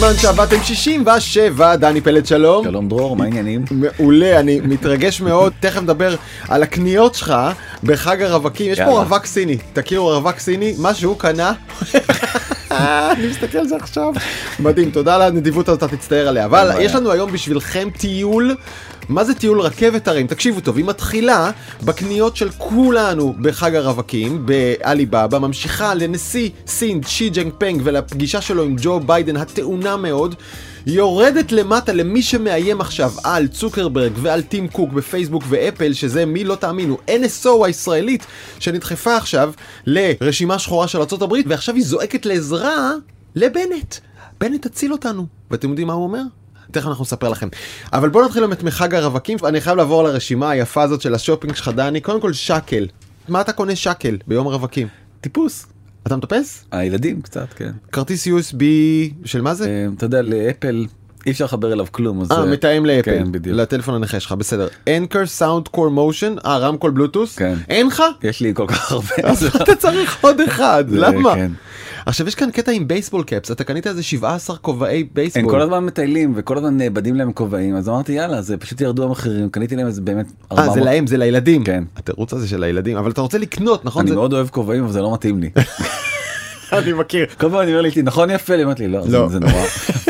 בזמן שעבדתם 67, דני פלד שלום. שלום דרור, מה העניינים? מעולה, אני מתרגש מאוד, תכף נדבר על הקניות שלך בחג הרווקים. יש פה רווק סיני, תכירו רווק סיני, מה שהוא קנה. אני מסתכל על זה עכשיו. מדהים, תודה על הנדיבות הזאת, אתה תצטער עליה. אבל יש לנו היום בשבילכם טיול. מה זה טיול רכבת הרים? תקשיבו טוב, היא מתחילה בקניות של כולנו בחג הרווקים, באליבאבא, ממשיכה לנשיא סין שי ג'ינפינג ולפגישה שלו עם ג'ו ביידן הטעונה מאוד, יורדת למטה למי שמאיים עכשיו על צוקרברג ועל טים קוק בפייסבוק ואפל, שזה מי לא תאמינו, NSO הישראלית שנדחפה עכשיו לרשימה שחורה של ארצות הברית, ועכשיו היא זועקת לעזרה לבנט. בנט תציל אותנו. ואתם יודעים מה הוא אומר? תכף אנחנו נספר לכם. אבל בואו נתחיל באמת מחג הרווקים. אני חייב לעבור על הרשימה היפה הזאת של השופינג שלך, דני. קודם כל שקל. מה אתה קונה שקל ביום הרווקים? טיפוס. אתה מטפס? הילדים קצת, כן. כרטיס USB של מה זה? אתה יודע, לאפל אי אפשר לחבר אליו כלום. מתאם לאפל. כן, בדיוק. לטלפון הנכה שלך, בסדר. אנקר סאונד קור מושן, רמקול בלוטוס? כן. אין לך? יש לי כל כך הרבה. אז אתה צריך עוד אחד, למה? כן. עכשיו יש כאן קטע עם בייסבול קאפס, אתה קנית איזה 17 כובעי בייסבול. הם כל הזמן מטיילים וכל הזמן נאבדים להם כובעים, אז אמרתי יאללה, זה פשוט ירדו המחירים, קניתי להם איזה באמת 400. זה להם, זה לילדים. כן. התירוץ הזה של הילדים, אבל אתה רוצה לקנות, נכון? אני מאוד אוהב כובעים, אבל זה לא מתאים לי. אני מכיר. כל פעם אני אומר לי, נכון יפה, לי אמרתי לי, לא, זה נורא.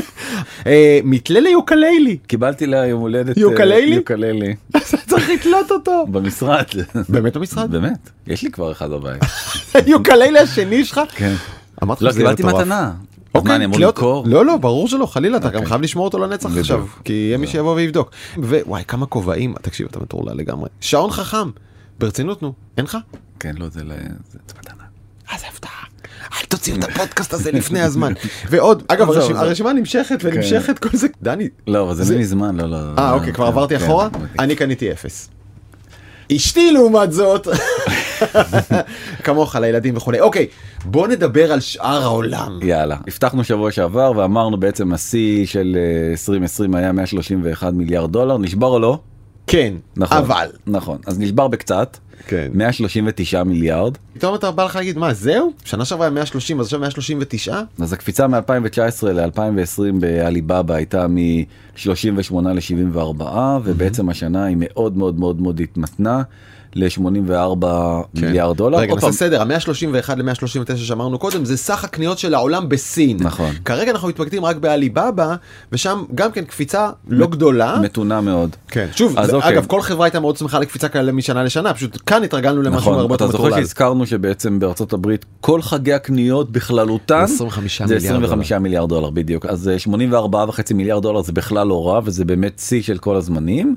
מתלה ליוקללי. קיבלתי לה יום הולדת יוקללי? יוקללי. צריך לתלות אותו. במשרד. באמת במשרד? באמת. יש לי כבר אחד בבית. יוקללי השני שלך? כן. אמרתי לא, שזה יהיה קיבלתי מטורף. מתנה. אוקיי, מה, אני אמור למכור? לא, ברור שלא, חלילה, אתה גם חייב לשמור אותו לנצח עכשיו, כי יהיה מי שיבוא ויבדוק. ווואי, כמה כובעים, תקשיב, אתה מטורלל לגמרי. שעון חכם, ברצינות נו, אין לך? כן, לא, זה מתנה. אז הבטחה. אל תוציאו את הפודקאסט הזה לפני הזמן. ועוד, אגב, הרשימה נמשכת ונמשכת כל זה. דני. לא, אבל זה מזמן, לא. אוקיי, כבר עברתי אחורה? אני קניתי 0. אשתי לעומת זאת. כמוך, לילדים וכו'. אוקיי, בוא נדבר על שאר העולם. יאללה. הבטחנו שבוע שעבר ואמרנו בעצם השיא של 2020 היה 131 מיליארד דולר. נשבר או לא? כן, נכון, אבל. נכון, אז נשבר בקצת. כן. 139 מיליארד. פתאום אתה בא לך להגיד, מה, זהו? שנה שעברה היה 130, אז עכשיו 139? אז הקפיצה מ-2019 ל-2020 באליבאבא הייתה מ-38 ל-74, ובעצם השנה היא מאוד מאוד מאוד מאוד התמתנה ל-84 מיליארד דולר. רגע, נעשה סדר, ה-131 ל-139 שאמרנו קודם, זה סך הקניות של העולם בסין. נכון. כרגע אנחנו מתמקדים רק באליבאבא, ושם גם כן קפיצה לא גדולה. מתונה מאוד. כן. שוב, אגב, כל חברה הייתה מאוד שמחה לקפיצה כאלה משנה לשנה, פשוט כאן התרגלנו למשהו הרבה יותר מטורלל. אתה זוכר שהזכרנו שבעצם בארצות הברית כל חגי הקניות בכללותן זה 25 מיליארד דולר בדיוק. אז 84.5 מיליארד דולר זה בכלל לא רע, וזה באמת שיא של כל הזמנים.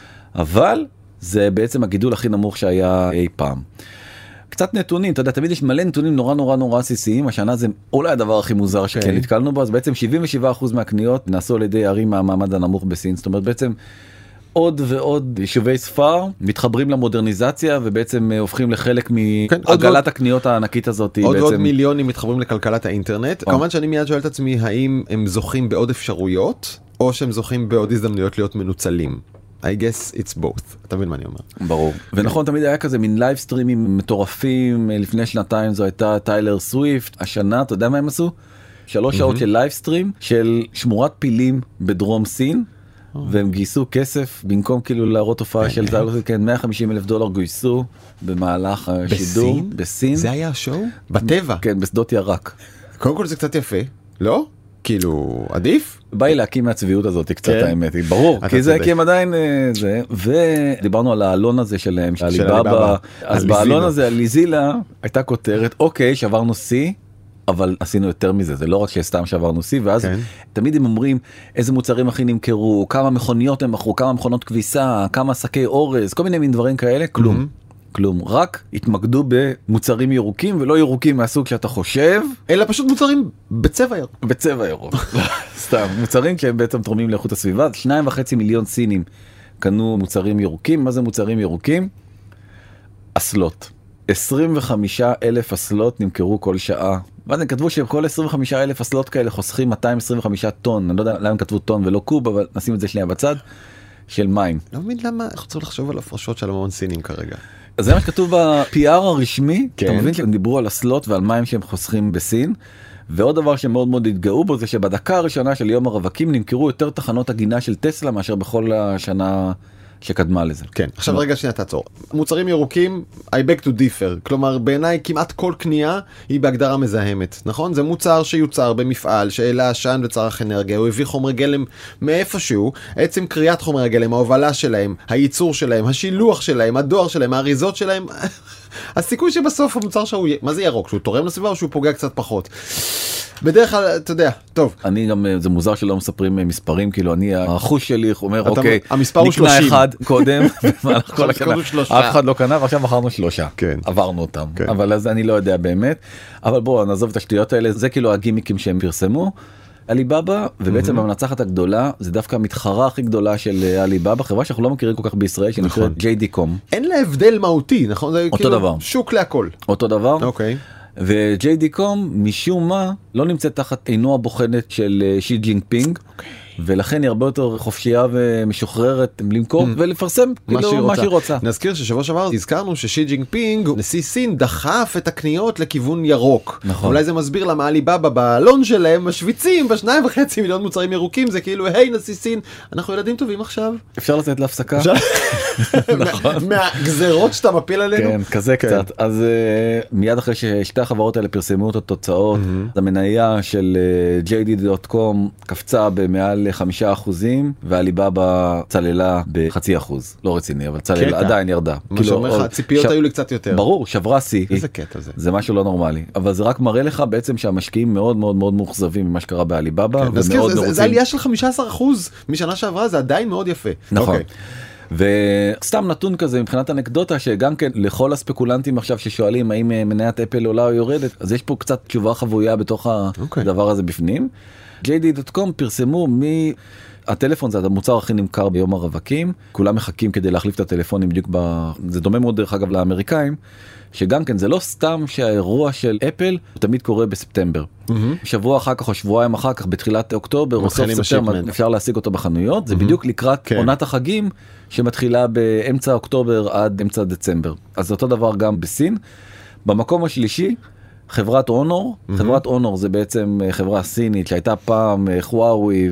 אבל זה בעצם הגידול הכי נמוך שהיה אי פעם. קצת נתונים, אתה יודע, תמיד יש מלא נתונים נורא נורא נורא עסיסיים, השנה זה אולי הדבר הכי מוזר שנתקלנו בו, אז בעצם 77% מהקניות נעשו על ידי ערים מהמעמד הנמוך בסין, זאת אומרת בעצם עוד ועוד יישובי ספר מתחברים למודרניזציה ובעצם הופכים לחלק מעגלת הקניות הענקית הזאת. עוד מיליונים מתחברים לכלכלת האינטרנט. כמובן שאני מיד שואל את עצמי האם הם זוכים בעוד אפשרויות או שהם זוכים בעוד הזדמנויות להיות מנוצלים. I guess it's both. אתה מבין מה אני אומר? ברור. ונכון, תמיד היה כזה מין לייב סטרימים מטורפים. לפני שנתיים זו הייתה טיילר סוויפט. השנה, אתה יודע מה הם עשו? 3 שעות של לייב סטרים של שמורת פילים בדרום סין. והם גייסו כסף במקום כאילו להראות הופעה של טיילר סוויפט. כן, $150,000 גויסו במהלך השידור. בסין? זה היה השואו? בטבע? כן, בשדות ירק. קודם כל זה קצת יפה. לא? כאילו, עדיף? בא לי להקים מהצביעות הזאת קצת האמת, ברור, כי זה, כי הם עדיין זה, ודיברנו על האלון הזה שלהם, של אליבאבא, אז באלון הזה, ליזילה, הייתה כותרת, אוקיי, שברנו שיא, אבל עשינו יותר מזה, זה לא רק שסתם שברנו שיא, ואז תמיד הם אומרים איזה מוצרים הכי נמכרו, כמה מכוניות הם מכרו, כמה מכונות כביסה, כמה שקי אורז, כל מיני מין דברים כאלה, כלום, רק התמקדו במוצרים ירוקים ולא ירוקים מהסוג שאתה חושב, אלא פשוט מוצרים בצבע ירוק. בצבע ירוק. סתם, מוצרים שהם בעצם תורמים לאיכות הסביבה. 2.5 מיליון סינים קנו מוצרים ירוקים. מה זה מוצרים ירוקים? אסלות. 25,000 אסלות נמכרו כל שעה. ואז הם כתבו שכל 25,000 אסלות כאלה חוסכים 225 טון. אני לא יודע למה הם כתבו טון ולא קוב, אבל נשים את זה שנייה בצד. של מים. לא מבין למה, אנחנו צריכים לחשוב על הפרשות של המון סינים כרגע. אז זה מה שכתוב ב-PR הרשמי, אתה מבין שהם דיברו על אסלות ועל מים שהם חוסכים בסין, ועוד דבר שמאוד מאוד התגאו בו זה שבדקה הראשונה של יום הרווקים נמכרו יותר תחנות הגינה של טסלה מאשר בכל השנה שקדמה לזה. כן, עכשיו רגע שנייה תעצור. מוצרים ירוקים, I beg to differ. כלומר, בעיניי כמעט כל קנייה היא בהגדרה מזהמת, נכון? זה מוצר שיוצר במפעל, שאלה עשן וצרך אנרגיה, הוא הביא חומרי גלם מאיפשהו, עצם קריאת חומרי הגלם, ההובלה שלהם, הייצור שלהם, השילוח שלהם, הדואר שלהם, האריזות שלהם, הסיכוי שבסוף המוצר שהוא, מה זה ירוק? שהוא תורם לסביבה או שהוא פוגע קצת פחות? בדרך כלל, אתה יודע, טוב. אני גם, זה מוזר שלא מספרים מספרים, כאילו אני, החוש שלי אומר, אוקיי, המספר הוא 30. נקנה אחד קודם, במהלך כל השנה, אף אחד לא קנה, ועכשיו מכרנו 3. כן. עברנו אותם. כן. אבל אז אני לא יודע באמת. אבל בואו, נעזוב את השטויות האלה, זה כאילו הגימיקים שהם פרסמו. אליבאבא, ובעצם המנצחת הגדולה, זה דווקא המתחרה הכי גדולה של אליבאבא, חברה שאנחנו לא מכירים כל כך בישראל, שנקראת JD.com. אין לה הבדל מהותי, נכון? זה אותו כאילו דבר. שוק להכל. אותו דבר. אוקיי. ו-JD.com משום מה לא נמצאת תחת עינו הבוחנת של שי ג'ינפינג, ולכן היא הרבה יותר חופשייה ומשוחררת למכור ולפרסם מה שהיא רוצה. נזכיר ששבוע שעבר הזכרנו ששי ג'ינפינג, נשיא סין, דחף את הקניות לכיוון ירוק. נכון. אולי זה מסביר למה אליבאבא באלון שלהם משוויצים ב2.5 מיליון מוצרים ירוקים, זה כאילו, היי נשיא סין, אנחנו ילדים טובים עכשיו. אפשר לצאת להפסקה? מהגזרות שאתה מפיל עלינו? כן, כזה קצת. אז מיד אחרי ששתי החברות האלה פרסמו את התוצאות, המניה של JD.com קפצה במעל 5%, ואליבאבא צללה ב0.5%. לא רציני, אבל צללה עדיין ירדה. מה שאומר לך, הציפיות היו לי קצת יותר. ברור, שברה שיא. איזה קטע זה. זה משהו לא נורמלי. אבל זה רק מראה לך בעצם שהמשקיעים מאוד מאוד מאוד מאוכזבים ממה שקרה באליבאבא. נזכיר, זה עלייה של 15% משנה שעברה, זה עדיין מאוד יפה. נכון. וסתם נתון כזה מבחינת אנקדוטה שגם כן לכל הספקולנטים עכשיו ששואלים האם מניית אפל עולה או יורדת, אז יש פה קצת תשובה חבויה בתוך הדבר הזה בפנים. JD.com פרסמו הטלפון זה המוצר הכי נמכר ביום הרווקים, כולם מחכים כדי להחליף את הטלפונים בדיוק זה דומה מאוד דרך אגב לאמריקאים, שגם כן זה לא סתם שהאירוע של אפל תמיד קורה בספטמבר. שבוע אחר כך או שבועיים אחר כך בתחילת אוקטובר או סוף ספטמבר אפשר להשיג אותו בחנויות, זה בדיוק לקראת עונת החגים שמתחילה באמצע אוקטובר עד אמצע דצמבר. אז אותו דבר גם בסין. במקום השלישי חברת אונור, חברת אונור זה בעצם חברה סינית שהייתה פעם חוואוי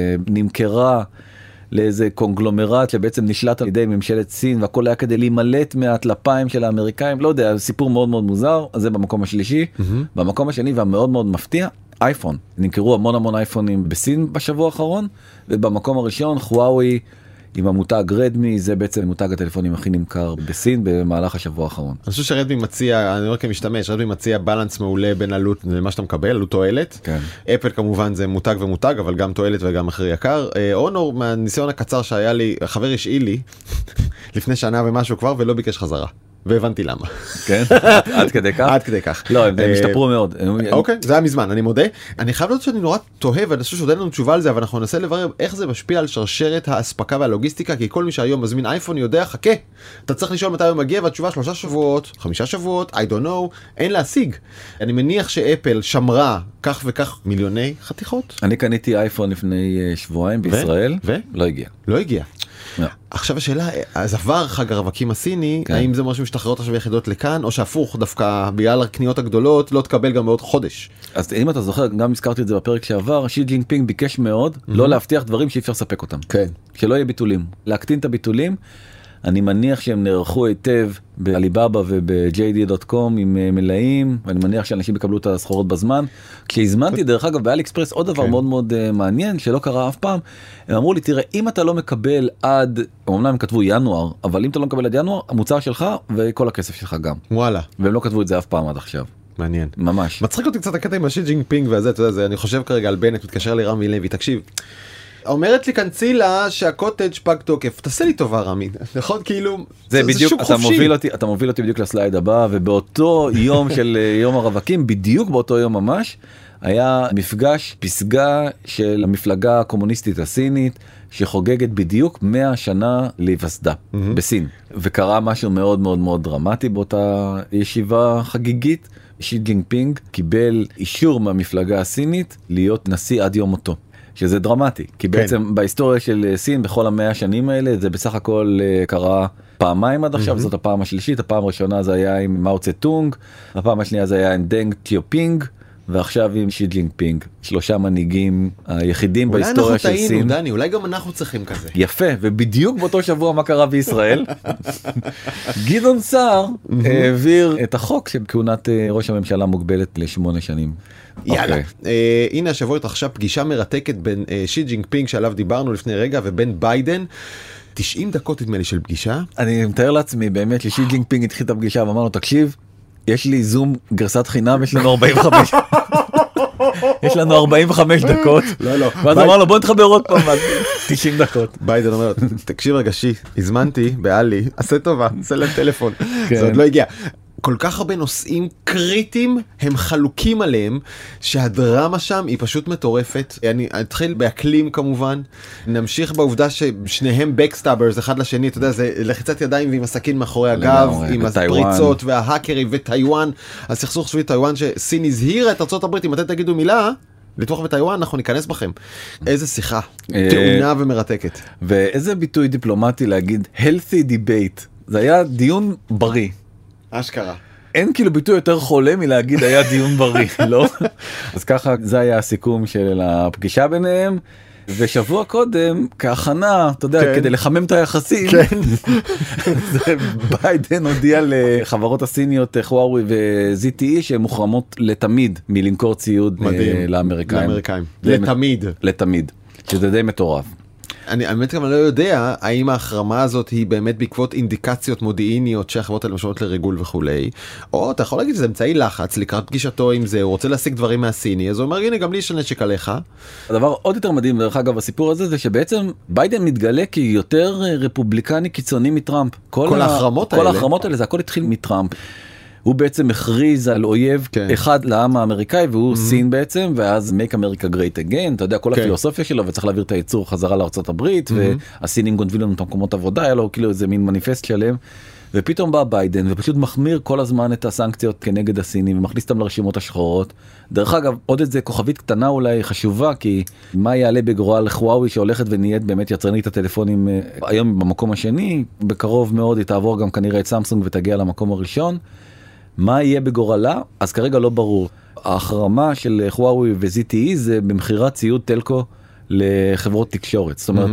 ונמכרה לאיזה קונגלומרט שבעצם נשלט על ידי ממשלת סין, והכל היה כדי להימלט מהטלפיים של האמריקאים, לא יודע, סיפור מאוד מאוד מוזר. אז זה במקום השלישי. במקום השני והמאוד מאוד מפתיע, אייפון. נמכרו המון אייפונים בסין בשבוע האחרון, ובמקום הראשון חוואוי עם המותג רדמי, זה בעצם מותג הטלפונים הכי נמכר בסין במהלך השבוע האחרון. אני חושב שרדמי מציע, אני אומר כמשתמש, רדמי מציע בלנס מעולה בין עלות למה שאתה מקבל, עלות תועלת. כן. אפל כמובן זה מותג ומותג, אבל גם תועלת וגם מחיר יקר. אונור, מהניסיון הקצר שהיה לי, חבר השאיל לי לפני שנה ומשהו כבר, ולא ביקש חזרה. והבנתי למה. כן? עד כדי כך? עד כדי כך. לא, הם השתפרו מאוד. אוקיי, זה היה מזמן, אני מודה. אני חייב לדעת שאני נורא תוהה, ואני חושב שעוד אין לנו תשובה על זה, אבל אנחנו ננסה לברר איך זה משפיע על שרשרת האספקה והלוגיסטיקה, כי כל מי שהיום מזמין אייפון יודע, חכה, אתה צריך לשאול מתי הוא מגיע, והתשובה 3 שבועות, 5 שבועות, I don't know, אין להשיג. אני מניח שאפל שמרה כך וכך מיליוני חתיכות. אני קניתי אייפון לפני שבועיים בישראל, לא הגיע. לא הגיע. עכשיו השאלה, אז עבר חג הרווקים הסיני, האם זה משהו משתחררות עכשיו יחידות לכאן, או שהפוך דווקא בגלל הקניות הגדולות לא תקבל גם בעוד חודש? אז אם אתה זוכר, גם הזכרתי את זה בפרק שעבר, שי ג'ינפינג ביקש מאוד לא להבטיח דברים שאי אפשר לספק אותם. כן. שלא יהיה ביטולים. להקטין את הביטולים. אני מניח שהם נערכו היטב באליבאבא וב-JD.com עם מלאים, ואני מניח שאנשים יקבלו את הסחורות בזמן. כשהזמנתי דרך אגב באלי אקספרס עוד דבר מאוד מאוד מעניין שלא קרה אף פעם, הם אמרו לי תראה אם אתה לא מקבל עד, אמנם הם כתבו ינואר, אבל אם אתה לא מקבל עד ינואר, המוצר שלך וכל הכסף שלך גם. וואלה. והם לא כתבו את זה אף פעם עד עכשיו. מעניין. ממש. מצחיק אותי קצת הקטע עם השי ג'ינפינג והזה, אתה יודע, אני חושב כרגע על בנט, מתקשר לרמי לוי, תקשיב. אומרת לי כאן צילה שהקוטג' פג תוקף, תעשה לי טובה רמי, נכון? כאילו, זה בדיוק, אתה מוביל אותי בדיוק לסלייד הבא, ובאותו יום של יום הרווקים, בדיוק באותו יום ממש, היה מפגש פסגה של המפלגה הקומוניסטית הסינית, שחוגגת בדיוק 100 שנה להיווסדה בסין. וקרה משהו מאוד מאוד מאוד דרמטי באותה ישיבה חגיגית. שי ג'ינפינג קיבל אישור מהמפלגה הסינית להיות נשיא עד יום מותו. שזה דרמטי, כי בעצם בהיסטוריה של סין, בכל 100 השנים האלה, זה בסך הכל קרה פעמיים עד עכשיו, זאת הפעם השלישית, הפעם הראשונה זה היה עם מאו צה טונג, הפעם השנייה זה היה עם דנג ציופינג, ועכשיו עם שי ג'ינפינג, 3 מנהיגים היחידים בהיסטוריה של סין. אולי אנחנו טעינו, דני, אולי גם אנחנו צריכים כזה. יפה, ובדיוק באותו שבוע מה קרה בישראל? גדעון סער העביר את החוק שכהונת ראש הממשלה מוגבלת ל8 שנים. יאללה. הנה השבוע התרחשה פגישה מרתקת בין שי ג'ינפינג שעליו דיברנו לפני רגע ובין ביידן. 90 דקות נדמה לי של פגישה. אני מתאר לעצמי באמת ששי ג'ינפינג התחיל את הפגישה ואמר לו, תקשיב, יש לי זום גרסת חינם, יש לנו 45 יש לנו 45 דקות. ואז אמר לו, בוא נתחבר עוד פעם 90 דקות. ביידן אומר, תקשיב רגע שי, הזמנתי בעלי, עשה טובה, עשה להם טלפון. זה עוד לא הגיע. כל כך הרבה נושאים קריטיים הם חלוקים עליהם, שהדרמה שם היא פשוט מטורפת. אני אתחיל באקלים כמובן, נמשיך בעובדה ששניהם בקסטאברס אחד לשני, אתה יודע, זה לחיצת ידיים ועם הסכין מאחורי הגב, עם הפריצות וההאקרים וטיואן, הסכסוך סביב טיואן שסין הזהירה את ארצות הברית, אם אתם תגידו מילה, לתמוך בטיואן, אנחנו ניכנס בכם. איזה שיחה, טעונה ומרתקת. ואיזה ביטוי דיפלומטי להגיד, healthy debate, זה היה דיון בריא. אשכרה. אין כאילו ביטוי יותר חולה מלהגיד היה דיון בריא, לא? אז ככה זה היה הסיכום של הפגישה ביניהם, ושבוע קודם כהכנה, אתה יודע, כדי לחמם את היחסים, ביידן הודיע לחברות הסיניות חוואוי ו-ZTE שהן מוחרמות לתמיד מלמכור ציוד לאמריקאים. לתמיד. לתמיד, שזה די מטורף. אני באמת גם לא יודע האם ההחרמה הזאת היא באמת בעקבות אינדיקציות מודיעיניות שהחברות האלה משמעות לריגול וכולי, או אתה יכול להגיד שזה אמצעי לחץ לקראת פגישתו עם זה, הוא רוצה להשיג דברים מהסיני, אז הוא אומר, הנה גם לי יש נשק עליך. הדבר עוד יותר מדהים דרך אגב הסיפור הזה, זה שבעצם ביידן מתגלה כיותר רפובליקני קיצוני מטראמפ. כל ההחרמות האלה זה הכל התחיל מטראמפ. הוא בעצם מכריז על אויב אחד לעם האמריקאי, והוא סין בעצם, ואז make America great again, אתה יודע, כל הפילוסופיה שלו, וצריך להעביר את הייצור חזרה לארצות הברית, והסינים גונבים לנו את המקומות עבודה, היה לו כאילו איזה מין מניפסט שלם, ופתאום בא ביידן, ופשוט מחמיר כל הזמן את הסנקציות כנגד הסינים, ומכניס אותם לרשימות השחורות. דרך אגב, עוד איזה כוכבית קטנה אולי חשובה, כי מה יעלה בגורל חוואוי שהולכת ונהיית באמת יצרנית הטלפונים היום במקום השני, בקרוב מאוד היא תעבור גם כנראה את סמסונג ותגיע למקום הראשון. מה יהיה בגורלה? אז כרגע לא ברור. ההחרמה של חוואוי ו-ZTE זה במחירת ציוד טלקו לחברות תקשורת. זאת אומרת,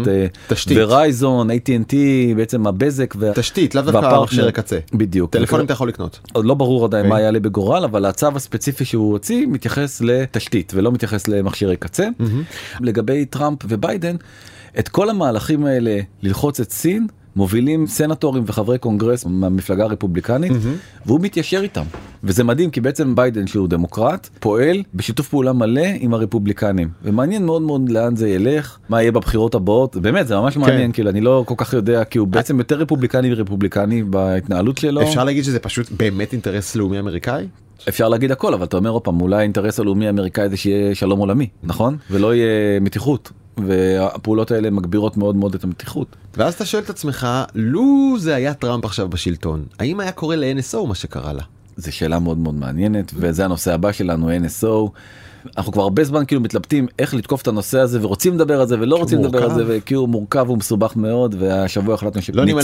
ורייזון, AT&T, בעצם הבזק. תשתית, לאו דווקא מכשירי קצה. בדיוק. טלפונים אתה יכול לקנות. עוד לא ברור עדיין מה יעלה בגורל, אבל הצו הספציפי שהוא הוציא מתייחס לתשתית, ולא מתייחס למכשירי קצה. לגבי טראמפ וביידן, את כל המהלכים האלה ללחוץ את סין, מובילים סנטורים וחברי קונגרס מהמפלגה הרפובליקנית, והוא מתיישר איתם. וזה מדהים, כי בעצם ביידן, שהוא דמוקרט, פועל בשיתוף פעולה מלא עם הרפובליקנים. ומעניין מאוד מאוד לאן זה ילך, מה יהיה בבחירות הבאות. באמת, זה ממש מעניין, כאילו, אני לא כל כך יודע, כי הוא בעצם יותר רפובליקני בהתנהלות שלו. אפשר להגיד שזה פשוט באמת אינטרס לאומי אמריקאי? אפשר להגיד הכל, אבל אתה אומר עוד פעם, אולי האינטרס הלאומי האמריקאי זה שיהיה שלום עולמי, נכון? ולא יהיה מתיחות. והפעולות האלה מגבירות מאוד מאוד את המתיחות. ואז אתה שואל את עצמך, לו זה היה טראמפ עכשיו בשלטון, האם היה קורה ל-NSO מה שקרה לה? זו שאלה מאוד מאוד מעניינת, וזה הנושא הבא שלנו, NSO. אנחנו כבר הרבה זמן כאילו מתלבטים איך לתקוף את הנושא הזה, ורוצים לדבר על זה ולא רוצים לדבר על זה, וכי הוא מורכב ומסובך מאוד, והשבוע החלטנו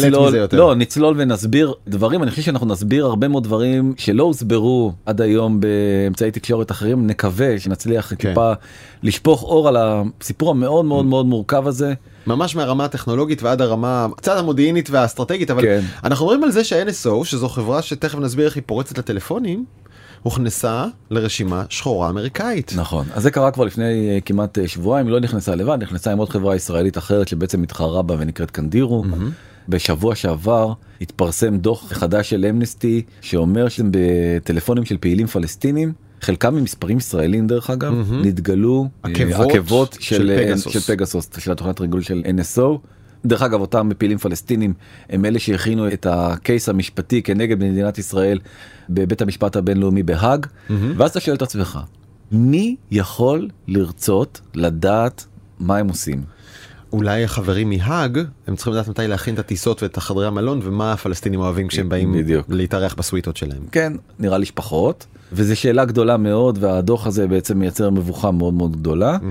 נצלול ונסביר דברים. אני חושב שאנחנו נסביר הרבה מאוד דברים שלא הוסברו עד היום באמצעי תקשורת אחרים. נקווה שנצליח טיפה לשפוך אור על הסיפור המאוד מאוד מאוד מורכב הזה. ממש מהרמה הטכנולוגית ועד הרמה קצת המודיעינית והאסטרטגית, אבל אנחנו מדברים על זה שה-NSO, שזו חברה שתכף נסביר איך היא פורצת לטלפונים, הוכנסה לרשימה שחורה אמריקאית. נכון, אז זה קרה כבר לפני כמעט שבועיים, לא נכנסה לבד, נכנסה עם עוד חברה ישראלית אחרת שבעצם מתחרה בה ונקראת קנדירו. בשבוע שעבר התפרסם דוח חדש של אמנסטי, שאומר שבטלפונים של פעילים פלסטינים, חלקם ממספרים ישראלים דרך אגב, נתגלו עקבות של פגסוס, של התוכנת ריגול של NSO. דרך אגב, אותם פעילים פלסטינים הם אלה שהכינו את הקייס המשפטי כנגד מדינת ישראל בבית המשפט הבינלאומי בהאג, ואז אתה שואל את עצמך, מי יכול לרצות לדעת מה הם עושים? אולי החברים מהאג, הם צריכים לדעת מתי להכין את הטיסות ואת החדרי המלון, ומה הפלסטינים אוהבים כשהם באים להתארח בסוויטות שלהם. כן, נראה לי שפחות, וזו שאלה גדולה מאוד, והדוח הזה בעצם מייצר מבוכה מאוד מאוד גדולה.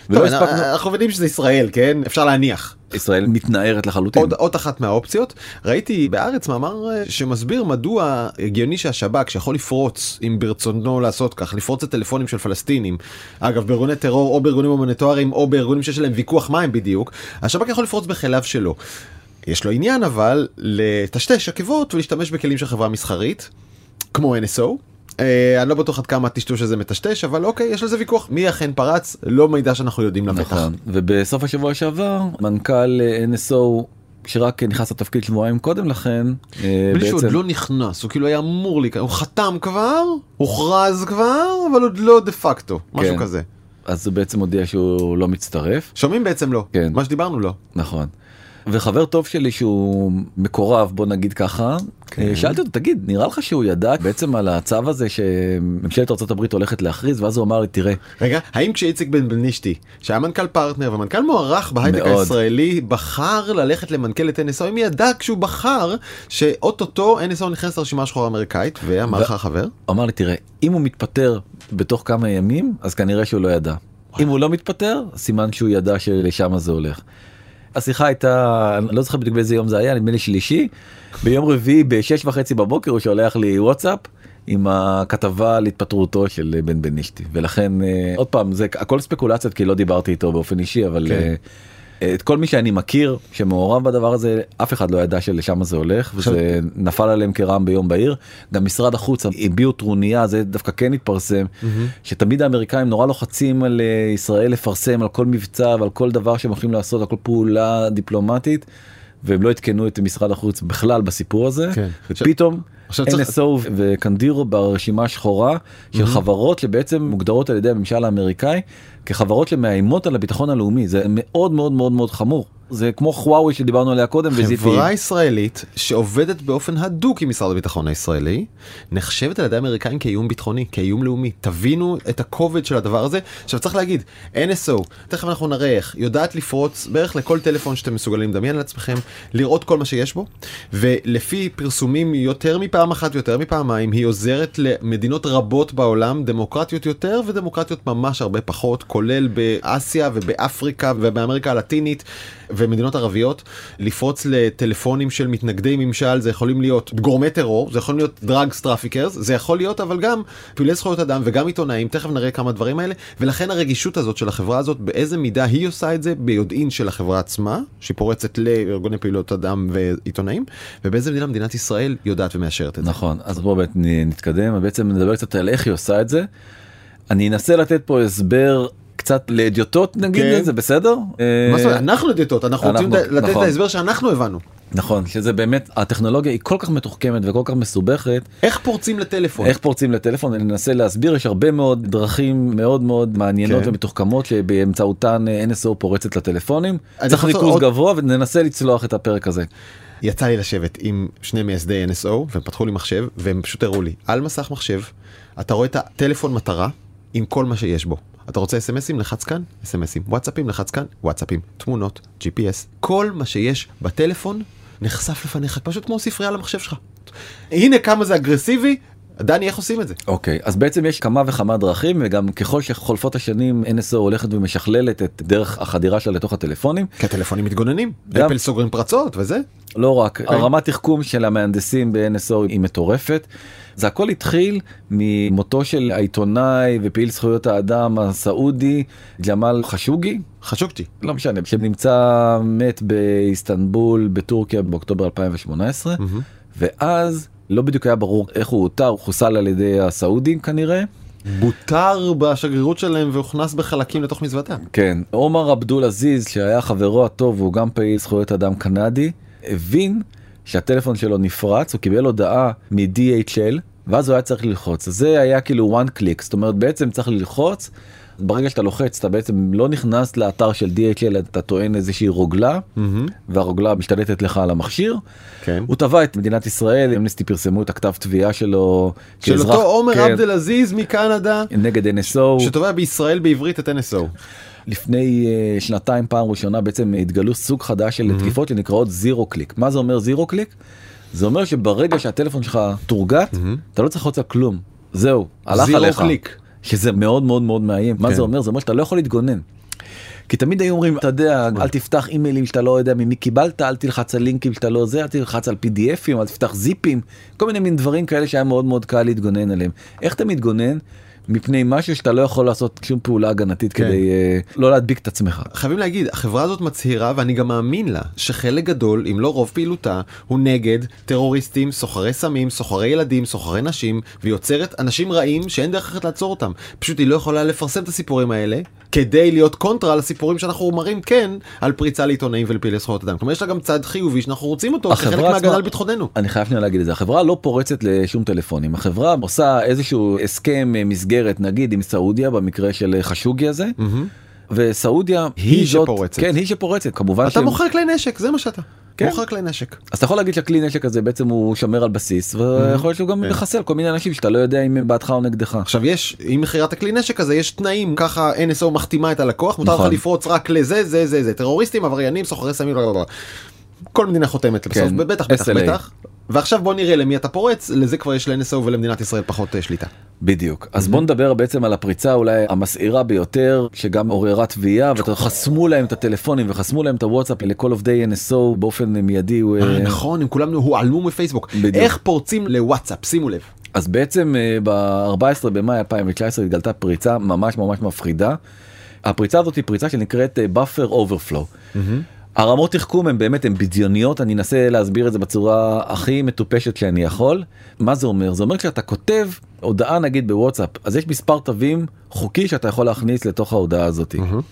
אנחנו יודעים שזה ישראל, כן? אפשר להניח. ישראל מתנערת לחלוטין. עוד אחת מהאופציות, ראיתי בארץ מאמר שמסביר מדוע הגיוני שהשב"כ שיכול לפרוץ, אם ברצונו לעשות כך, לפרוץ את טלפונים של פלסטינים, אגב בארגוני טרור או בארגונים הומניטריים או בארגונים שיש להם ויכוח מים בדיוק, השב"כ יכול לפרוץ בחיליו שלו. יש לו עניין אבל לטשטש עקבות ולהשתמש בכלים של חברה מסחרית, כמו NSO. אני לא בטוח עד כמה הטשטוש הזה מטשטש, אבל אוקיי, יש לזה ויכוח. מי אכן פרץ? לא מידע שאנחנו יודעים לבטח. נכון, ובסוף השבוע שעבר, מנכ"ל NSO, שרק נכנס לתפקיד שבועיים קודם לכן, בלי שהוא עוד לא נכנס, הוא כאילו היה אמור להיכנס, הוא חתם כבר, הוכרז כבר, אבל עוד לא דה פקטו, משהו כזה. אז הוא בעצם הודיע שהוא לא מצטרף. שומעים בעצם לא, מה שדיברנו לא. נכון. וחבר טוב שלי שהוא מקורב, בוא נגיד ככה, שאלתי אותו, תגיד, נראה לך שהוא ידע בעצם על הצו הזה שממשלת ארצות הברית הולכת להכריז, ואז הוא אמר לי, תראה. רגע, האם כשאיציק בנבנישתי, שהיה מנכ"ל פרטנר ומנכ"ל מוערך בהייטק הישראלי, בחר ללכת למנכ"לת NSO, האם ידע כשהוא בחר שאוטוטו NSO נכנס לרשימה השחורה האמריקאית, ואמר לך החבר? הוא אמר לי, תראה, אם הוא מתפטר בתוך כמה ימים, אז כנראה שהוא לא ידע. אם הוא לא מתפטר, סימן שהוא ידע שלשם זה הולך. השיחה הייתה, אני לא זוכר בדיוק באיזה יום זה היה, נדמה לי שלישי, ביום רביעי ב6:30 בבוקר הוא שולח לי וואטסאפ עם הכתבה על התפטרותו של בן בנישתי, ולכן עוד פעם, זה הכל ספקולציות כי לא דיברתי איתו באופן אישי, אבל את כל מי שאני מכיר שמעורב בדבר הזה, אף אחד לא ידע שלשם זה הולך, וזה נפל עליהם כרעם ביום בהיר. גם משרד החוץ הביעו טרוניה, זה דווקא כן התפרסם, שתמיד האמריקאים נורא לוחצים על ישראל לפרסם על כל מבצע ועל כל דבר שהם הולכים לעשות, על כל פעולה דיפלומטית, והם לא התקנו את משרד החוץ בכלל בסיפור הזה, ופתאום NSO וקנדירו ברשימה השחורה של חברות שבעצם מוגדרות על ידי הממשל האמריקאי כחברות שמאיימות על הביטחון הלאומי. זה מאוד מאוד מאוד מאוד חמור. זה כמו חוואוי שדיברנו עליה קודם. חברה ישראלית שעובדת באופן הדוק עם משרד הביטחון הישראלי, נחשבת על ידי האמריקאים כאיום ביטחוני, כאיום לאומי. תבינו את הכובד של הדבר הזה. עכשיו צריך להגיד, NSO, תכף אנחנו נראה איך, יודעת לפרוץ בערך לכל טלפון שאתם מסוגלים לדמיין על עצמכם, לראות כל מה שיש בו, ולפי פרסומים יותר מפעם אחת ויותר מפעמיים, היא עוזרת למדינות רבות בעולם, דמוקרטיות יותר ודמוקרטיות ממש הרבה פחות, כולל באסיה ובאפריקה ובאמריקה הלטינית ומדינות ערביות, לפרוץ לטלפונים של מתנגדי ממשל. זה יכולים להיות גורמי טרור, זה יכולים להיות דרגס טראפיקרס, זה יכול להיות אבל גם פעילי זכויות אדם וגם עיתונאים, תכף נראה כמה דברים האלה, ולכן הרגישות הזאת של החברה הזאת, באיזה מידה היא עושה את זה ביודעין של החברה עצמה, שהיא פורצת לארגוני פעילות אדם ועיתונאים, ובאיזה מידה מדינת ישראל יודעת ומאשרת את זה. נכון, אז בואו נתקדם, בעצם נדבר קצת על איך היא עושה את זה. אני אנסה לתת פה הסבר קצת לאדיוטות נגיד, זה בסדר? מה זאת אומרת? אנחנו אדיוטות, אנחנו רוצים לתת את ההסבר שאנחנו הבנו. נכון, שזה באמת, הטכנולוגיה היא כל כך מתוחכמת וכל כך מסובכת. איך פורצים לטלפון? איך פורצים לטלפון? אני אנסה להסביר, יש הרבה מאוד דרכים מאוד מאוד מעניינות ומתוחכמות שבאמצעותן NSO פורצת לטלפונים. צריך ריכוז גבוה וננסה לצלוח את הפרק הזה. יצא לי לשבת עם שני מייסדי NSO והם פתחו לי מחשב והם פשוט הראו לי, על מסך מחשב, אתה רואה את הטלפון מטרה עם כל מה שיש בו. אתה רוצה אס-אמסים? לחץ כאן, אס-אמסים. וואטסאפים? לחץ כאן, וואטסאפים. תמונות, GPS. כל מה שיש בטלפון נחשף לפניך, פשוט כמו ספרייה למחשב שלך. הנה כמה זה אגרסיבי. דני, איך עושים את זה? אוקיי, אז בעצם יש כמה וכמה דרכים, וגם ככל שחולפות השנים, NSO הולכת ומשכללת את דרך החדירה שלה לתוך הטלפונים. כי הטלפונים מתגוננים. אפל סוגרים פרצות וזה. לא רק, הרמת תחכום של המהנדסים ב-NSO היא מטורפת. זה הכל התחיל ממותו של העיתונאי ופעיל זכויות האדם הסעודי, ג'מאל חשוגי. חשוגתי. לא משנה, שנמצא מת באיסטנבול, בטורקיה, באוקטובר 2018, ואז לא בדיוק היה ברור איך הוא הותר, הוא חוסל על ידי הסעודים כנראה. בוטר בשגרירות שלהם והוכנס בחלקים לתוך מזוותה. כן, עומר אבדול עזיז, שהיה חברו הטוב, והוא גם פעיל זכויות אדם קנדי, הבין שהטלפון שלו נפרץ, הוא קיבל הודעה מ-DHL, ואז הוא היה צריך ללחוץ. אז זה היה כאילו one click, זאת אומרת בעצם צריך ללחוץ, ברגע שאתה לוחץ, אתה בעצם לא נכנס לאתר של DHL, אתה טוען איזושהי רוגלה, והרוגלה משתלטת לך על המכשיר. הוא תבע את מדינת ישראל, אמנסטי פרסמו את הכתב תביעה שלו. של אותו עומר עבדל עזיז מקנדה. נגד NSO. שתובע בישראל בעברית את NSO. לפני שנתיים פעם ראשונה בעצם התגלו סוג חדש של תקיפות שנקראות זירו קליק. מה זה אומר זירו קליק? זה אומר שברגע שהטלפון שלך תורגת, אתה לא צריך לחוץ על כלום. זהו, הלך עליך. זירו קליק. שזה מאוד מאוד מאוד מאיים. מה זה אומר? זה אומר שאתה לא יכול להתגונן. כי תמיד היו אומרים, אתה יודע, אל תפתח אימיילים שאתה לא יודע ממי קיבלת, אל תלחץ על לינקים שאתה לא זה, אל תלחץ על PDFים, אל תפתח זיפים, כל מיני מין דברים כאלה שהיה מאוד מאוד קל להתגונן עליהם. איך אתה מתגונן? מפני משהו שאתה לא יכול לעשות שום פעולה הגנתית כדי לא להדביק את עצמך. חייבים להגיד, החברה הזאת מצהירה, ואני גם מאמין לה, שחלק גדול, אם לא רוב פעילותה, הוא נגד טרוריסטים, סוחרי סמים, סוחרי ילדים, סוחרי נשים, ויוצרת אנשים רעים שאין דרך אחרת לעצור אותם. פשוט היא לא יכולה לפרסם את הסיפורים האלה, כדי להיות קונטרה לסיפורים שאנחנו מראים כן, על פריצה לעיתונאים ולפעילי זכויות אדם. כלומר, יש לה גם צד חיובי שאנחנו רוצים אותו, כחלק מהגנה על ביטחוננו. אני חייב להגיד את זה, החברה לא פורצת לשום טלפונים, החברה עושה איזשהו הסכם מסגרת, נגיד עם סעודיה, במקרה של חשוגי הזה, וסעודיה היא שפורצת. כן, היא שפורצת, כמובן. אתה מוכר כלי נשק, זה מה שאתה. מוכר כלי נשק. אז אתה יכול להגיד שהכלי נשק הזה בעצם הוא שמר על בסיס, ויכול להיות שהוא גם מחסל כל מיני אנשים שאתה לא יודע אם הם בעדך או נגדך. עכשיו יש, עם מכירת הכלי נשק הזה יש תנאים, ככה NSO מחתימה את הלקוח, מותר לך לפרוץ רק לזה, טרוריסטים, עבריינים, סוחרי סמים, כל מדינה חותמת לבסוף, בטח. ועכשיו בוא נראה למי אתה פורץ, לזה כבר יש ל-NSO ולמדינת ישראל פחות שליטה. בדיוק. אז בוא נדבר בעצם על הפריצה אולי המסעירה ביותר, שגם עוררה תביעה, וחסמו להם את הטלפונים וחסמו להם את הוואטסאפ לכל עובדי NSO באופן מיידי. נכון, הם כולם הועלמו מפייסבוק. איך פורצים לוואטסאפ? שימו לב. אז בעצם ב-14 במאי 2019 התגלתה פריצה ממש ממש מפחידה. הפריצה הזאת היא פריצה שנקראת Buffer Overflow. הרמות תחכום הם באמת, הן בדיוניות, אני אנסה להסביר את זה בצורה הכי מטופשת שאני יכול. מה זה אומר? זה אומר כשאתה כותב הודעה נגיד בוואטסאפ, אז יש מספר תווים חוקי שאתה יכול להכניס לתוך ההודעה הזאת.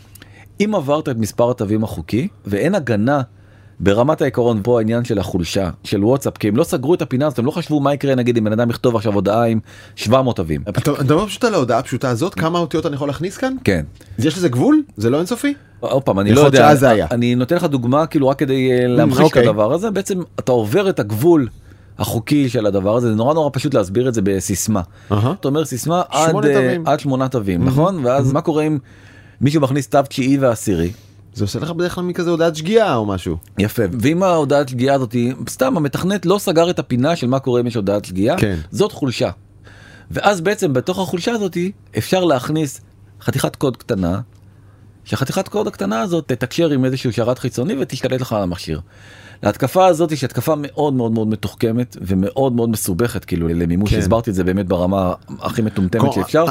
אם עברת את מספר התווים החוקי, ואין הגנה ברמת העיקרון, פה העניין של החולשה של וואטסאפ, כי הם לא סגרו את הפינה, אז הם לא חשבו מה יקרה נגיד אם בן אדם יכתוב עכשיו הודעה עם 700 תווים. אתה מדבר פשוט על ההודעה הפשוטה הזאת, כמה אותיות אני יכול להכניס כאן? כן. יש לזה גבול? זה לא אינסופי? עוד פעם, אני לא יודע, אני נותן לך דוגמה כאילו רק כדי להמחיש את הדבר הזה, בעצם אתה עובר את הגבול החוקי של הדבר הזה, זה נורא נורא פשוט להסביר את זה בסיסמה. אתה אומר סיסמה עד 8 תווים, נכון? ואז מה קורה אם מישהו מכניס תו 9 ועשירי? זה עושה לך בדרך כלל מכזה הודעת שגיאה או משהו. יפה, ואם ההודעת שגיאה הזאת, סתם המתכנת לא סגר את הפינה של מה קורה אם יש הודעת שגיאה, זאת חולשה. ואז בעצם בתוך החולשה הזאת אפשר להכניס חתיכת קוד קטנה, שהחתיכת קוד הקטנה הזאת תתקשר עם איזשהו שרת חיצוני ותשתלט לך על המכשיר. להתקפה הזאת שהיא התקפה מאוד מאוד מאוד מתוחכמת ומאוד מאוד מסובכת כאילו למימוש, הסברתי את זה באמת ברמה הכי מטומטמת שאפשר.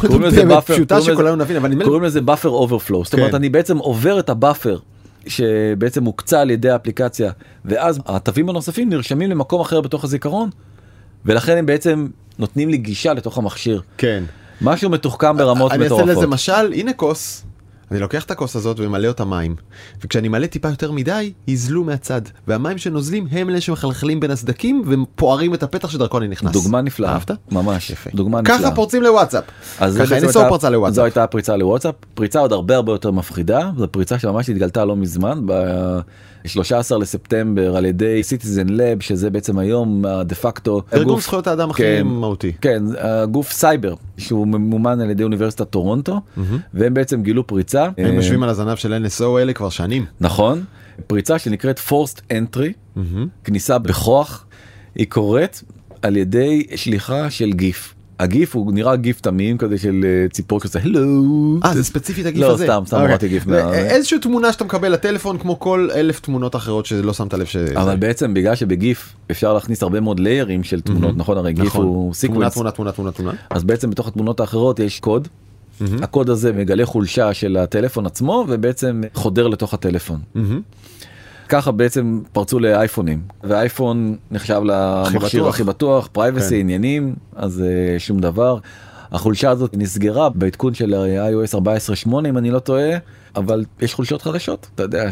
קוראים לזה buffer overflow, זאת אומרת אני בעצם עובר את הבאפר שבעצם מוקצה על ידי האפליקציה, ואז התווים הנוספים נרשמים למקום אחר בתוך הזיכרון, ולכן הם בעצם נותנים לי גישה לתוך המכשיר. כן. משהו מתוחכם ברמות מטורפות. אני אעשה לזה משל, הנה כוס. אני לוקח את הכוס הזאת וממלא אותה מים, וכשאני מלא טיפה יותר מדי, יזלו מהצד, והמים שנוזלים הם אלה שמחלחלים בין הסדקים ופוערים את הפתח שדרכו אני נכנס. דוגמה נפלאה. אהבת? ממש. יפה. דוגמה נפלאה. ככה פורצים לוואטסאפ. ככה NSO פרצה לוואטסאפ. זו הייתה פריצה לוואטסאפ, פריצה עוד הרבה יותר מפחידה, זו פריצה שממש התגלתה לא מזמן, ב-13 לספטמבר על ידי Citizen Lab, שזה בעצם היום דה פקטו. ארגון זכויות האדם הכי מהותי. כן, גוף סייבר, שהוא ממומן על ידי אוניברסיטת טורונטו, והם בעצם גילו פריצה. הם יושבים על הזנב של NSO האלה כבר שנים. נכון, פריצה שנקראת Forced Entry, כניסה בכוח, היא קורית על ידי שליחה של גיף. הגיף הוא נראה גיף תמים כזה של ציפור כזה, הלו. זה ספציפית הגיף הזה? לא, סתם ראיתי גיף. איזושהי תמונה שאתה מקבל לטלפון כמו כל 1000 תמונות אחרות שלא שמת לב אבל בעצם בגלל שבגיף אפשר להכניס הרבה מאוד ליירים של תמונות, נכון? הרי גיף הוא סיקוונס. תמונה. אז בעצם בתוך התמונות האחרות יש קוד. הקוד הזה מגלה חולשה של הטלפון עצמו ובעצם חודר לתוך הטלפון. ככה בעצם פרצו לאייפונים, והאייפון נחשב למכשיר הכי בטוח, פרייבסי, עניינים, אז שום דבר. החולשה הזאת נסגרה בעדכון של iOS 14.8 אם אני לא טועה, אבל יש חולשות חדשות, אתה יודע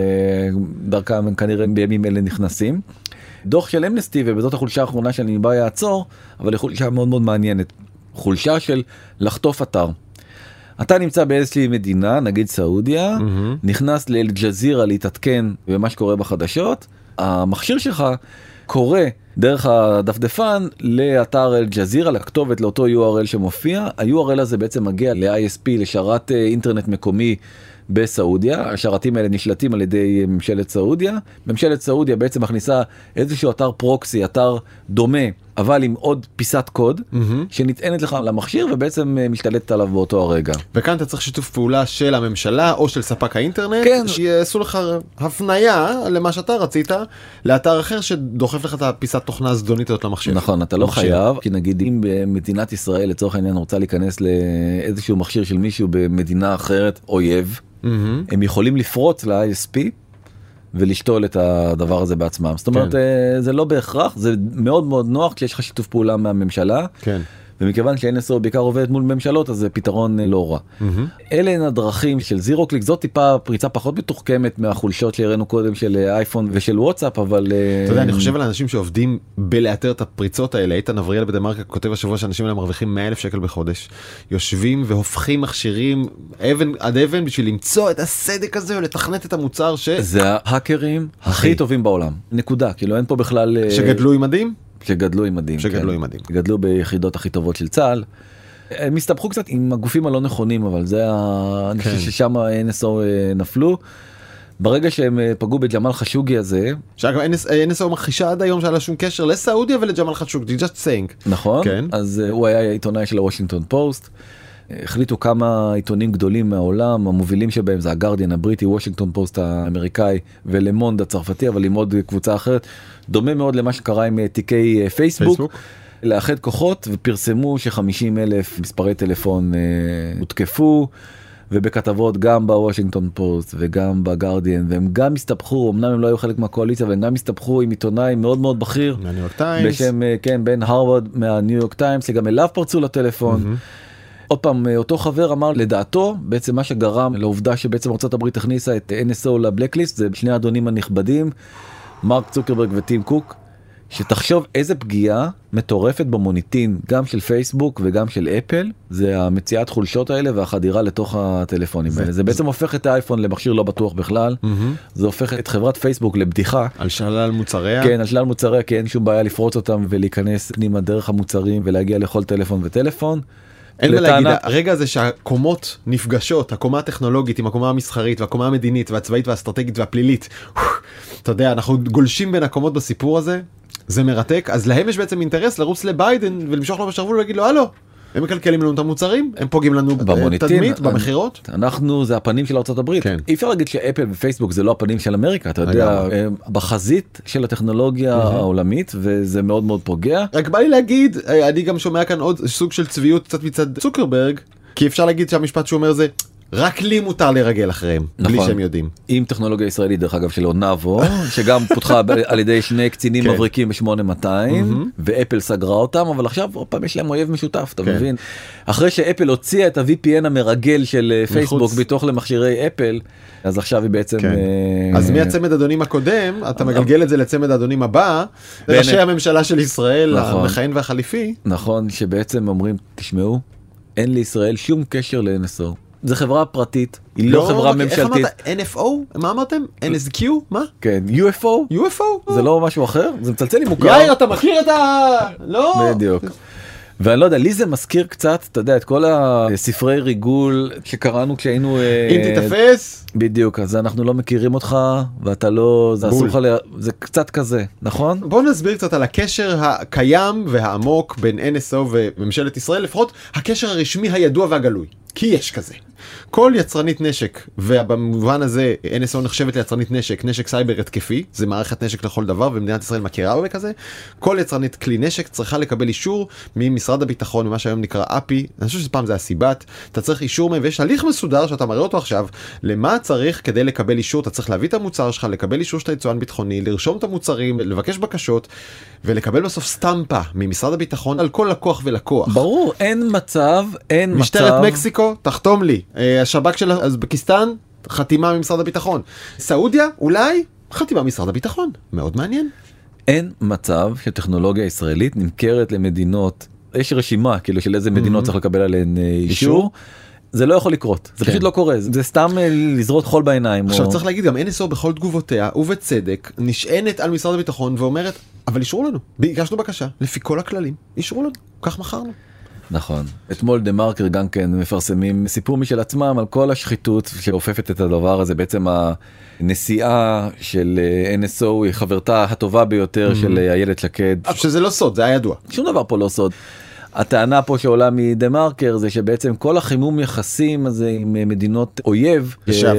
שדרכם הם כנראה בימים אלה נכנסים. דוח של אמנסטי, ובזאת החולשה האחרונה שאני בא יעצור, אבל היא חולשה מאוד מאוד מעניינת. חולשה של לחטוף אתר. אתה נמצא באיזושהי מדינה, נגיד סעודיה, נכנס לאל-ג'זירה להתעדכן במה שקורה בחדשות, המכשיר שלך קורא דרך הדפדפן לאתר אל-ג'זירה, לכתובת לאותו URL שמופיע, ה-URL הזה בעצם מגיע ל-ISP, לשרת אינטרנט מקומי בסעודיה, השרתים האלה נשלטים על ידי ממשלת סעודיה, ממשלת סעודיה בעצם מכניסה איזשהו אתר פרוקסי, אתר דומה, אבל עם עוד פיסת קוד שנטענת לך למכשיר ובעצם משתלטת עליו באותו הרגע. וכאן אתה צריך שיתוף פעולה של הממשלה או של ספק האינטרנט, שיעשו לך הפניה למה שאתה רצית לאתר אחר שדוחף לך את הפיסת תוכנה הזדונית הזאת למכשיר. נכון, אתה לא חייב, כי נגיד אם במדינת ישראל לצורך העניין רוצה להיכנס לאיזשהו מכשיר של מישהו במדינה אחרת, אויב, הם יכולים לפרוץ ל-ISP ולשתול את הדבר הזה בעצמם. זאת אומרת, זה לא בהכרח, זה מאוד מאוד נוח כשיש לך שיתוף פעולה מהממשלה. כן. ומכיוון ש-NSO בעיקר עובדת מול ממשלות, אז זה פתרון לא רע. אלה הן הדרכים של זירו קליק, זאת טיפה פריצה פחות מתוחכמת מהחולשות שהראינו קודם של אייפון ושל וואטסאפ, אבל... אתה יודע, אני חושב על אנשים שעובדים בלאתר את הפריצות האלה. איתן אבריאל בדמרקה כותב השבוע שאנשים האלה מרוויחים 100,000 שקל בחודש. יושבים והופכים מכשירים אבן עד אבן בשביל למצוא את הסדק הזה ולתכנת את המוצר זה ההאקרים הכי טובים בעולם. נקודה. כאילו אין פה בכלל... שגדלו עם מדים? שגדלו עם מדים. גדלו ביחידות הכי טובות של צה"ל. הם הסתבכו קצת עם הגופים הלא נכונים, אבל זה אני חושב ששם NSO נפלו. ברגע שהם פגעו בג'מאל חשוגי הזה. שאגב, NSO מכחישה עד היום שהיה שום קשר לסעודיה ולג'מאל חשוגי, just saying. נכון, אז הוא היה עיתונאי של הוושינגטון פוסט. החליטו כמה עיתונים גדולים מהעולם, המובילים שבהם זה הגרדיאן הבריטי, וושינגטון פוסט האמריקאי ולמונד הצרפתי, אבל עם עוד קבוצה אחרת. דומה מאוד למה שקרה עם תיקי פייסבוק. לאחד כוחות ופרסמו ש50,000 מספרי טלפון הותקפו, ובכתבות גם בוושינגטון פוסט וגם בגרדיאן, והם גם הסתבכו, אמנם הם לא היו חלק מהקואליציה, והם גם הסתבכו עם עיתונאי מאוד מאוד בכיר, מהניו יורק טיימס, בשם, כן, בן הרווארד מהניו יורק טיימס, שגם אליו פרצו לטלפון. עוד פעם, אותו חבר אמר לדעתו, בעצם מה שגרם לעובדה שבעצם ארצות הברית הכניסה את NSO לבלקליסט, זה שני האדונים הנכבדים, מרק צוקרברג וטים קוק, שתחשוב איזה פגיעה מטורפת במוניטין, גם של פייסבוק וגם של אפל, זה המציאת חולשות האלה והחדירה לתוך הטלפונים האלה. זה בעצם הופך את האייפון למכשיר לא בטוח בכלל, זה הופך את חברת פייסבוק לבדיחה. על שלל מוצריה? כן, על שלל מוצריה, כי אין שום בעיה לפרוץ אותם ולהיכנס פנימה דרך המוצרים ולהגיע לכל טלפון וטלפון. אין מה להגיד, הרגע הזה שהקומות נפגשות, הקומה הטכנולוגית עם הקומה המסחרית והקומה המדינית והצבאית והאסטרטגית והפלילית, אתה יודע, אנחנו גולשים בין הקומות בסיפור הזה, זה מרתק, אז להם יש בעצם אינטרס לרוץ לביידן ולמשוך לו בשרוול ולהגיד לו, הלו, הם מקלקלים לנו את המוצרים, הם פוגעים לנו בתדמית, במחירות. אנחנו, זה הפנים של ארצות הברית. אי אפשר להגיד שאפל ופייסבוק זה לא הפנים של אמריקה, אתה יודע, בחזית של הטכנולוגיה העולמית, וזה מאוד מאוד פוגע. רק בא לי להגיד, אני גם שומע כאן עוד סוג של צביעות קצת מצד צוקרברג, כי אפשר להגיד שהמשפט שהוא אומר זה, רק לי מותר לרגל אחריהם, בלי שהם יודעים. עם טכנולוגיה ישראלית, דרך אגב, של אונבו, שגם פותחה על ידי שני קצינים מבריקים ב-8200, ואפל סגרה אותם, אבל עכשיו, עוד פעם, יש להם אויב משותף, אתה מבין? אחרי שאפל הוציאה את ה-VPN המרגל של פייסבוק בתוך למכשירי אפל, אז עכשיו היא בעצם... אז מהצמד אדונים הקודם, אתה מגלגל את זה לצמד אדונים הבא, ראשי הממשלה של ישראל, המכהן והחליפי. נכון, שבעצם אומרים, תשמעו, אין לישראל שום קשר ל-NSO. זה חברה פרטית, היא לא חברה ממשלתית. איך אמרת? NFO? מה אמרתם? NSQ? מה? כן, UFO? UFO? זה לא משהו אחר? זה מצלצל לי מוכר. יאיר, אתה מכיר את ה... לא. בדיוק. ואני לא יודע, לי זה מזכיר קצת, אתה יודע, את כל הספרי ריגול שקראנו כשהיינו... אם תתפס. בדיוק, אז אנחנו לא מכירים אותך, ואתה לא... זה אסור לך... זה קצת כזה, נכון? בואו נסביר קצת על הקשר הקיים והעמוק בין NSO וממשלת ישראל, לפחות הקשר הרשמי הידוע והגלוי. כי יש כזה. כל יצרנית נשק, ובמובן הזה NSO נחשבת ליצרנית נשק, נשק סייבר התקפי, זה מערכת נשק לכל דבר, ומדינת ישראל מכירה בכזה. כל יצרנית כלי נשק צריכה לקבל אישור ממשרד הביטחון, ממה שהיום נקרא אפי, אני חושב שפעם זה הסיבת, אתה צריך אישור מהם, ויש הליך מסודר שאתה מראה אותו עכשיו, למה צריך כדי לקבל אישור, אתה צריך להביא את המוצר שלך, לקבל אישור שאתה יצואן ביטחוני, לרשום את המוצרים, לבקש בקשות, ולקבל בסוף סטמפה ממשרד הביטחון על כל לקוח ולקוח. ברור, אין מצב. משטרת מקסיקו, תחתום לי. השב"כ של אוזבקיסטן, חתימה ממשרד הביטחון. סעודיה, אולי חתימה ממשרד הביטחון. מאוד מעניין. אין מצב שטכנולוגיה ישראלית נמכרת למדינות, יש רשימה כאילו של איזה מדינות צריך לקבל עליהן אישור. זה לא יכול לקרות, זה פשוט לא קורה, זה סתם לזרות חול בעיניים. עכשיו צריך להגיד, גם NSO בכל תגובותיה, ובצדק, נשענת על משרד הביטחון ואומרת, אבל אישרו לנו, ביקשנו בקשה, לפי כל הכללים, אישרו לנו, כך מכרנו. נכון. אתמול דה מרקר גם כן מפרסמים סיפור משל עצמם על כל השחיתות שאופפת את הדבר הזה. בעצם הנשיאה של NSO היא חברתה הטובה ביותר של איילת שקד. שזה לא סוד, זה היה ידוע. שום דבר פה לא סוד. הטענה פה שעולה מדה מרקר זה שבעצם כל החימום יחסים הזה עם מדינות אויב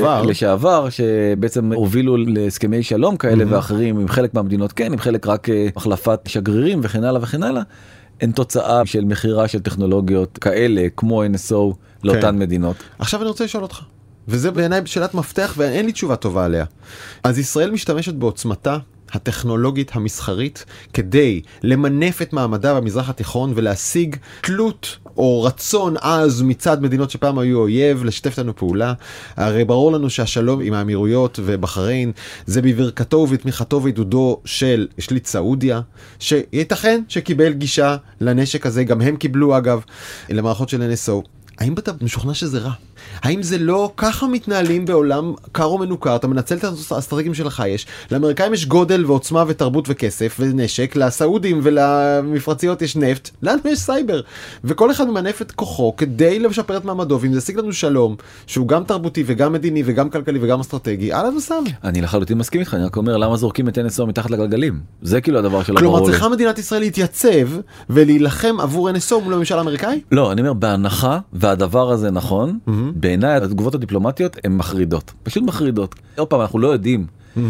לשעבר שבעצם הובילו להסכמי שלום כאלה ואחרים, עם חלק מהמדינות כן, עם חלק רק החלפת שגרירים וכן הלאה וכן הלאה, אין תוצאה של מחירה של טכנולוגיות כאלה כמו NSO לאותן מדינות. עכשיו אני רוצה לשאול אותך, וזה בעיניי שאלת מפתח ואין לי תשובה טובה עליה. אז ישראל משתמשת בעוצמתה הטכנולוגית המסחרית כדי למנף את מעמדה במזרח התיכון ולהשיג תלות או רצון אז מצד מדינות שפעם היו אויב לשתף לנו פעולה. הרי ברור לנו שהשלום עם האמירויות ובחריין זה בברכתו ובתמיכתו ועידודו של שליט סעודיה, שייתכן שקיבל גישה לנשק הזה, גם הם קיבלו אגב, למערכות של NSO. האם אתה משוכנע שזה רע? האם זה לא ככה מתנהלים בעולם קר ומנוכר? אתה מנצל את האסטרטגים שלך יש. לאמריקאים יש גודל ועוצמה ותרבות וכסף ונשק, לסעודים ולמפרציות יש נפט, לנו יש סייבר. וכל אחד ממנף את כוחו כדי לשפר את מעמדו, ואם זה ישיג לנו שלום, שהוא גם תרבותי וגם מדיני וגם כלכלי וגם אסטרטגי, אהלן וסהלן. אני לחלוטין מסכים איתך, אני רק אומר למה זורקים את NSO מתחת לגלגלים? זה כאילו הדבר שלא ברור לי. כלומר, צריכה מדינת ישראל להתייצב ולהילחם עבור NSO מול הממשל האמריקאי? לא, אני אומר בהנחה והדבר הזה נכון, בעיניי התגובות הדיפלומטיות הן מחרידות, פשוט מחרידות. עוד פעם, אנחנו לא יודעים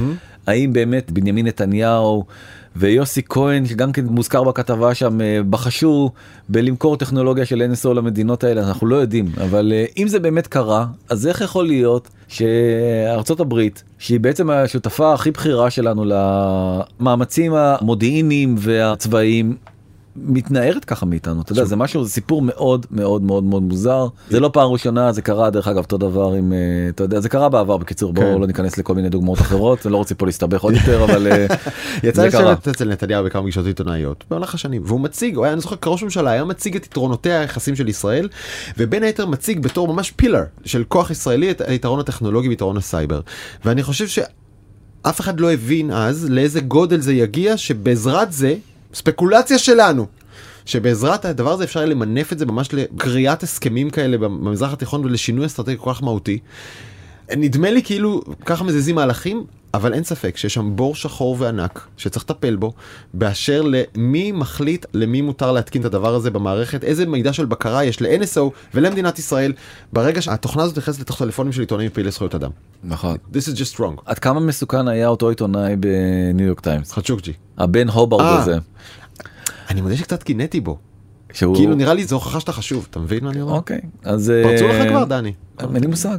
האם באמת בנימין נתניהו ויוסי כהן, שגם כן מוזכר בכתבה שם, בחשו בלמכור טכנולוגיה של NSO למדינות האלה, אנחנו לא יודעים. אבל אם זה באמת קרה, אז איך יכול להיות שארצות הברית, שהיא בעצם השותפה הכי בכירה שלנו למאמצים המודיעיניים והצבאיים, מתנערת ככה מאיתנו, אתה יודע, זה משהו, זה סיפור מאוד מאוד מאוד מאוד מוזר. זה לא פעם ראשונה, זה קרה דרך אגב אותו דבר עם, אתה יודע, זה קרה בעבר בקיצור, בואו לא ניכנס לכל מיני דוגמאות אחרות, אני לא רוצה פה להסתבך עוד יותר, אבל יצא לשבת אצל נתניהו בכמה פגישות עיתונאיות במהלך השנים, והוא מציג, אני זוכר כראש ממשלה, היה מציג את יתרונותיה היחסים של ישראל, ובין היתר מציג בתור ממש פילר של כוח ישראלי את היתרון הטכנולוגי ויתרון הסייבר. ואני חושב שאף אחד לא הבין אז לאיזה גודל זה יגיע, שבעזרת זה ספקולציה שלנו, שבעזרת הדבר הזה אפשר למנף את זה ממש לקריאת הסכמים כאלה במזרח התיכון ולשינוי אסטרטגי כל כך מהותי. נדמה לי כאילו ככה מזיזים מהלכים, אבל אין ספק שיש שם בור שחור וענק שצריך לטפל בו, באשר למי מחליט למי מותר להתקין את הדבר הזה במערכת, איזה מידע של בקרה יש ל-NSO ולמדינת ישראל, ברגע שהתוכנה הזאת נכנסת לתוך טלפונים של עיתונאים פעילי זכויות אדם. נכון. This is just wrong. עד כמה מסוכן היה אותו עיתונאי בניו יורק טיימס? חדשוקג'י. הבן הוברד הזה. אני מודה שקצת קינאתי בו. כאילו נראה לי זו הוכחה שאתה חשוב, אתה מבין מה אני אומר? אוקיי, אז פרצו לך כבר דני. אין לי מושג,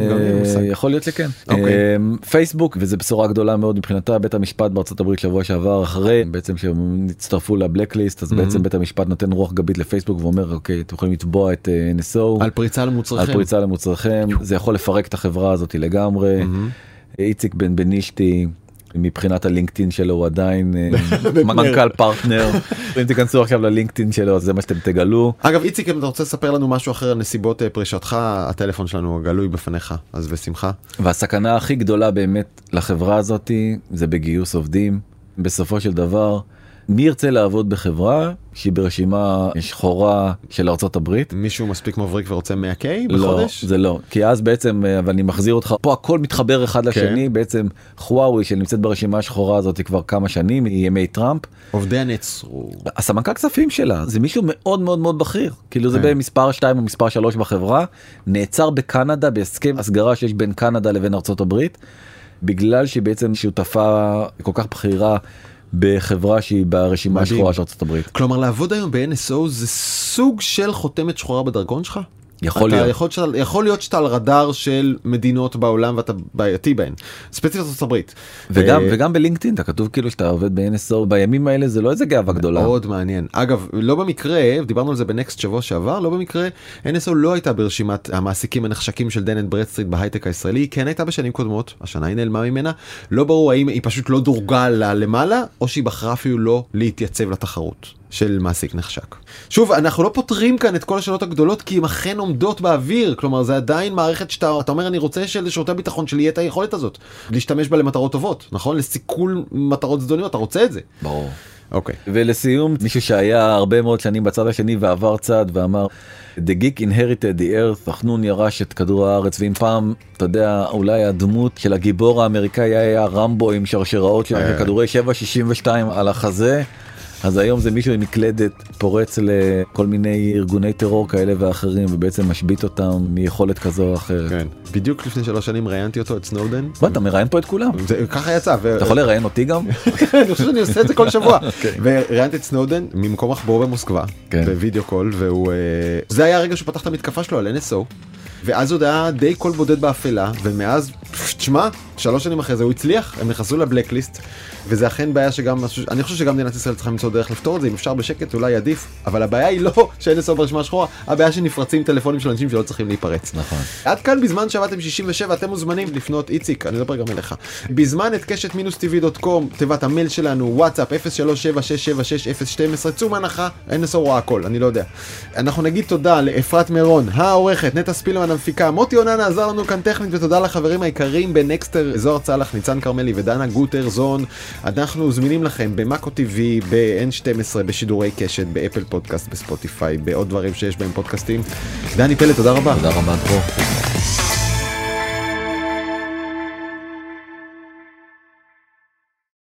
יכול להיות שכן. פייסבוק, וזו בשורה גדולה מאוד מבחינתה, בית המשפט בארצות הברית שבוע שעבר אחרי בעצם שהם הצטרפו לבלקליסט, אז בעצם בית המשפט נותן רוח גבית לפייסבוק ואומר אוקיי, אתם יכולים לתבוע את NSO על פריצה למוצרכם, זה יכול לפרק את החברה הזאת לגמרי. איציק בן בנישתי מבחינת הלינקדאין שלו הוא עדיין מנכ"ל פרטנר, אם תיכנסו עכשיו ללינקדאין שלו זה מה שאתם תגלו. אגב איציק, אם אתה רוצה לספר לנו משהו אחר על נסיבות פרישתך, הטלפון שלנו גלוי בפניך, אז בשמחה. והסכנה הכי גדולה באמת לחברה הזאת זה בגיוס עובדים. בסופו של דבר מי ירצה לעבוד בחברה שהיא ברשימה שחורה של ארצות הברית? מישהו מספיק מבריק ורוצה 100K בחודש? לא, זה לא. כי אז בעצם, ואני מחזיר אותך, פה הכל מתחבר אחד לשני, בעצם חוואוי שנמצאת ברשימה השחורה הזאת כבר כמה שנים, ימי טראמפ. עובדיה נעצרו. הסמנכ"ל כספים שלה, זה מישהו מאוד מאוד מאוד בכיר. כאילו זה במספר 2 או מספר 3 בחברה, נעצר בקנדה, בהסכם הסגרה שיש בין קנדה לבין ארצות הברית, בגלל שהיא בעצם שותפה כל כך בכירה, בחברה שהיא ברשימה השחורה של ארצות הברית. כלומר, לעבוד היום ב-NSO זה סוג של חותמת שחורה בדרכון שלך? יכול להיות. יכול להיות שאתה על רדאר של מדינות בעולם ואתה בעייתי בהן. ספציפית ארצות הברית. וגם בלינקדאין, אתה כתוב כאילו שאתה עובד ב-NSO, בימים האלה זה לא איזה גאווה גדולה. מאוד מעניין. אגב, לא במקרה, דיברנו על זה בנקסט שבוע שעבר, לא במקרה, NSO לא הייתה ברשימת המעסיקים הנחשקים של דן אנד ברדסטריט בהייטק הישראלי, היא כן הייתה בשנים קודמות, השנה היא נעלמה ממנה, לא ברור האם היא פשוט לא דורגה למעלה, או שהיא בחרה אפילו לא להתייצב לתחרות של מעסיק נחשק. שוב, אנחנו לא פותרים כאן את כל השאלות הגדולות, כי הן אכן עומדות באוויר, כלומר, זה עדיין מערכת שאתה אומר, אני רוצה שלשירותי הביטחון שלי יהיה את היכולת הזאת, להשתמש בה למטרות טובות, נכון? לסיכול מטרות זדוניות, אתה רוצה את זה. ברור. אוקיי. ולסיום, מישהו שהיה הרבה מאוד שנים בצד השני ועבר צד ואמר, The geek inherited the earth, החנון ירש את כדור הארץ, ואם פעם, אתה יודע, אולי הדמות של הגיבור האמריקאי היה רמבו עם שרשראות של כדורי 7.62 על החזה, אז היום זה מישהו עם מקלדת פורץ לכל מיני ארגוני טרור כאלה ואחרים, ובעצם משבית אותם מיכולת כזו או אחרת. כן. בדיוק לפני 3 שנים ראיינתי אותו, את סנודן. אתה מראיין פה את כולם. ככה יצא. אתה יכול לראיין אותי גם? אני חושב שאני עושה את זה כל שבוע. וראיינתי את סנודן ממקום מחבוא במוסקבה, בווידאו קול, זה היה הרגע שהוא פתח את המתקפה שלו על NSO, ואז עוד היה די קול בודד באפלה, ומאז, תשמע, 3 שנים אחרי זה הוא הצליח, הם נכנסו לבלקליסט, וזה אכן בעיה שגם, אני חושב שגם מדינת ישראל צריכה למצוא דרך לפתור את זה, אם אפשר בשקט אולי עדיף, אבל הבעיה היא לא ש-NSO ברשימה השחורה, הבעיה שנפרצים טלפונים של אנשים שלא צריכים להיפרץ. נכון. עד כאן בזמן שעבדתם 67, אתם מוזמנים לפנות, איציק, אני אדבר גם אליך. בזמן את קשת-tv.com, תיבת המייל שלנו, וואטסאפ 0376766012, צאו מהנחה, NSO רואה הכל, אני לא יודע. אנחנו נגיד תודה לאפרת מירון, העורכת, נטע ספילמן המפיקה, מוטי עוננה עזר לנו כאן טכנית, ותודה לחברים העיקריים בנקסטר, זוהר צלח, ניצן קרמלי ודנה גוטר זון. אנחנו זמינים לכם במאקו TV, ב-N12, בשידורי קשת, באפל פודקאסט, בספוטיפיי, בעוד דברים שיש בהם פודקאסטים. דני פלד, תודה רבה. תודה רבה פה.